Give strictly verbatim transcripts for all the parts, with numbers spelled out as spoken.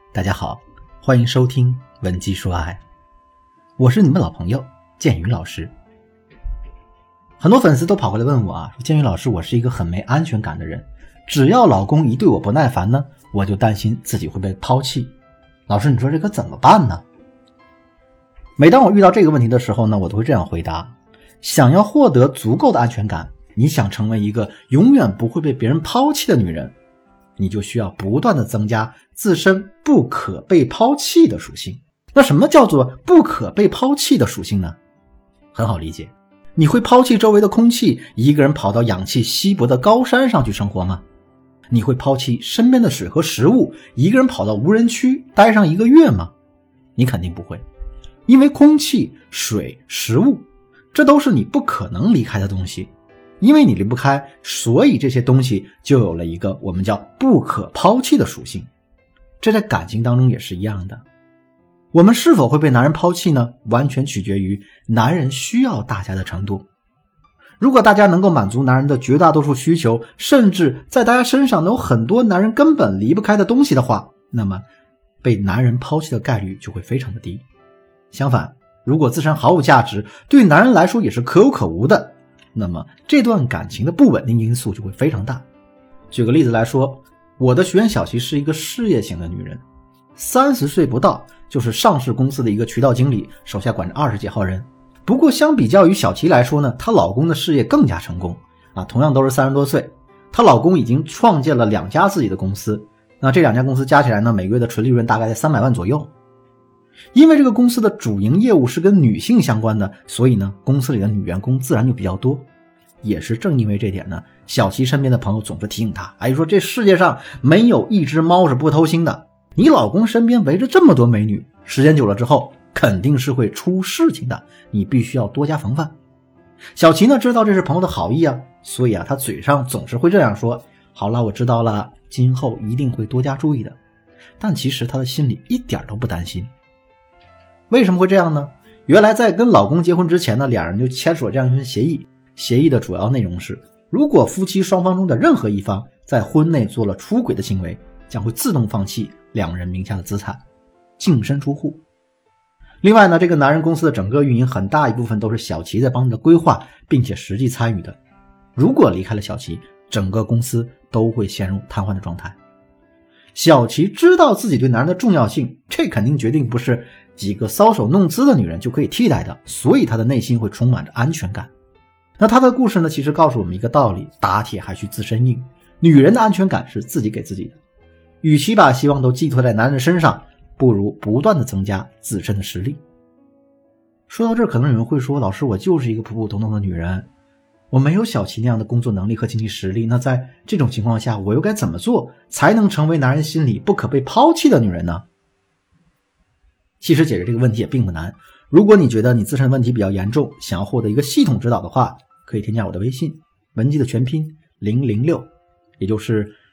大家好，欢迎收听文姬说爱，我是你们老朋友建宇老师。很多粉丝都跑过来问我啊，说建宇老师，我是一个很没安全感的人，只要老公一对我不耐烦呢，我就担心自己会被抛弃。老师，你说这可怎么办呢？每当我遇到这个问题的时候呢，我都会这样回答：想要获得足够的安全感，你想成为一个永远不会被别人抛弃的女人，你就需要不断的增加自身不可被抛弃的属性。那什么叫做不可被抛弃的属性呢？很好理解，你会抛弃周围的空气，一个人跑到氧气稀薄的高山上去生活吗？你会抛弃身边的水和食物，一个人跑到无人区待上一个月吗？你肯定不会，因为空气、水、食物，这都是你不可能离开的东西。因为你离不开，所以这些东西就有了一个我们叫不可抛弃的属性。这在感情当中也是一样的。我们是否会被男人抛弃呢？完全取决于男人需要大家的程度。如果大家能够满足男人的绝大多数需求，甚至在大家身上能有很多男人根本离不开的东西的话，那么被男人抛弃的概率就会非常的低。相反，如果自身毫无价值，对男人来说也是可有可无的，那么这段感情的不稳定因素就会非常大。举个例子来说，我的学员小琪是一个事业型的女人，三十岁不到就是上市公司的一个渠道经理，手下管着二十几号人。不过相比较于小琪来说呢，她老公的事业更加成功啊，同样都是三十多岁，她老公已经创建了两家自己的公司，那这两家公司加起来呢，每个月的纯利润大概在三百万左右。因为这个公司的主营业务是跟女性相关的，所以呢，公司里的女员工自然就比较多。也是正因为这点呢，小琪身边的朋友总是提醒她，哎，说这世界上没有一只猫是不偷腥的，你老公身边围着这么多美女，时间久了之后肯定是会出事情的，你必须要多加防范。小琪呢知道这是朋友的好意啊，所以啊，他嘴上总是会这样说，好了，我知道了，今后一定会多加注意的。但其实他的心里一点都不担心。为什么会这样呢？原来在跟老公结婚之前呢，两人就签署了这样一份协议，协议的主要内容是，如果夫妻双方中的任何一方在婚内做了出轨的行为，将会自动放弃两人名下的资产，净身出户。另外呢，这个男人公司的整个运营很大一部分都是小琪在帮着规划并且实际参与的，如果离开了小琪，整个公司都会陷入瘫痪的状态。小琪知道自己对男人的重要性，这肯定决定不是几个搔首弄姿的女人就可以替代的，所以她的内心会充满着安全感。那她的故事呢，其实告诉我们一个道理，打铁还需自身硬，女人的安全感是自己给自己的，与其把希望都寄托在男人身上，不如不断的增加自身的实力。说到这儿，可能有人会说，老师，我就是一个普普通通的女人，我没有小琪那样的工作能力和经济实力，那在这种情况下，我又该怎么做才能成为男人心里不可被抛弃的女人呢？其实解决这个问题也并不难，如果你觉得你自身的问题比较严重，想要获得一个系统指导的话，可以添加我的微信文姬的全拼零零六，也就是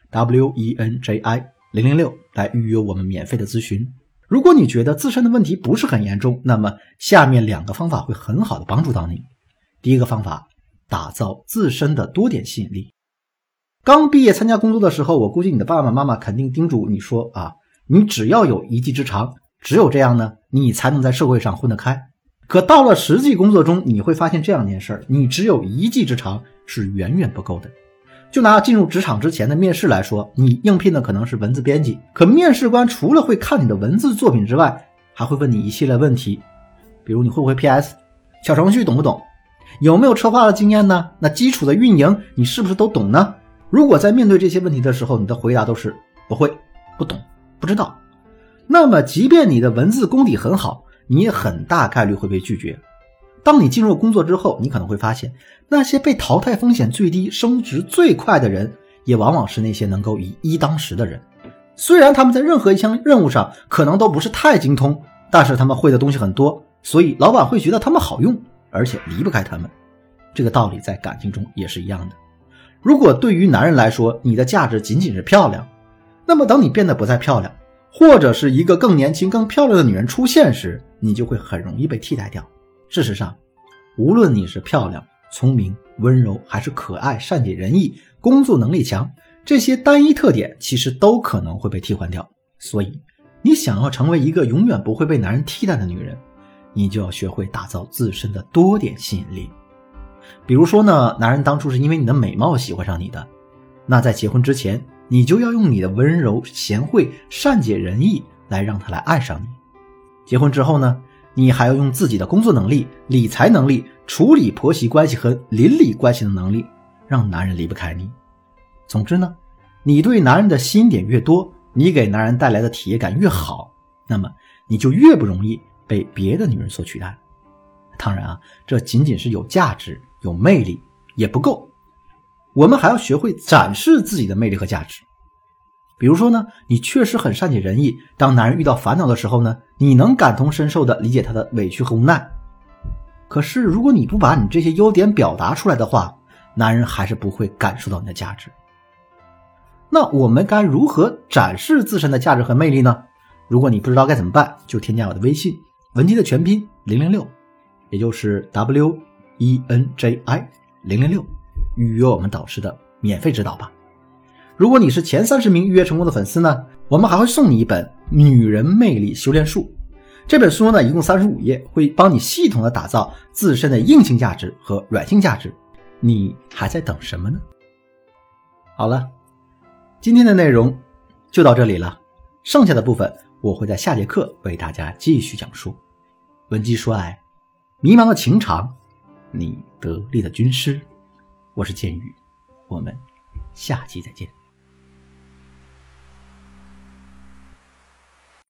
W E N J I 零零六，来预约我们免费的咨询。如果你觉得自身的问题不是很严重，那么下面两个方法会很好的帮助到你。第一个方法，打造自身的多点吸引力。刚毕业参加工作的时候，我估计你的爸爸妈妈肯定叮嘱你说啊，你只要有一技之长，只有这样呢，你才能在社会上混得开。可到了实际工作中，你会发现这样一件事儿，你只有一技之长是远远不够的。就拿进入职场之前的面试来说，你应聘的可能是文字编辑，可面试官除了会看你的文字作品之外，还会问你一系列问题，比如你会不会 P S， 小程序懂不懂，有没有策划的经验呢？那基础的运营你是不是都懂呢？如果在面对这些问题的时候，你的回答都是不会、不懂、不知道，那么即便你的文字功底很好，你也很大概率会被拒绝。当你进入工作之后，你可能会发现，那些被淘汰风险最低、升职最快的人，也往往是那些能够以一当十的人。虽然他们在任何一项任务上可能都不是太精通，但是他们会的东西很多，所以老板会觉得他们好用，而且离不开他们。这个道理在感情中也是一样的。如果对于男人来说，你的价值仅仅是漂亮，那么等你变得不再漂亮，或者是一个更年轻更漂亮的女人出现时，你就会很容易被替代掉。事实上，无论你是漂亮、聪明、温柔，还是可爱、善解人意、工作能力强，这些单一特点其实都可能会被替换掉。所以你想要成为一个永远不会被男人替代的女人，你就要学会打造自身的多点吸引力。比如说呢，男人当初是因为你的美貌喜欢上你的，那在结婚之前，你就要用你的温柔、贤惠、善解人意来让他来爱上你。结婚之后呢，你还要用自己的工作能力、理财能力、处理婆媳关系和邻里关系的能力，让男人离不开你。总之呢，你对男人的吸引点越多，你给男人带来的体验感越好，那么你就越不容易被别的女人所取代。当然啊，这仅仅是有价值、有魅力也不够，我们还要学会展示自己的魅力和价值。比如说呢，你确实很善解人意，当男人遇到烦恼的时候呢，你能感同身受地理解他的委屈和无奈。可是如果你不把你这些优点表达出来的话，男人还是不会感受到你的价值。那我们该如何展示自身的价值和魅力呢？如果你不知道该怎么办，就添加我的微信文姬的全拼零零六，也就是 W E N J I 零零六，预约我们导师的免费指导吧。如果你是前三十名预约成功的粉丝呢，我们还会送你一本《女人魅力修炼术》。这本书呢，一共三十五页，会帮你系统的打造自身的硬性价值和软性价值。你还在等什么呢？好了，今天的内容就到这里了，剩下的部分我会在下节课为大家继续讲述。文姬说爱，迷茫的情场，你得力的军师。我是剑宇，我们下期再见。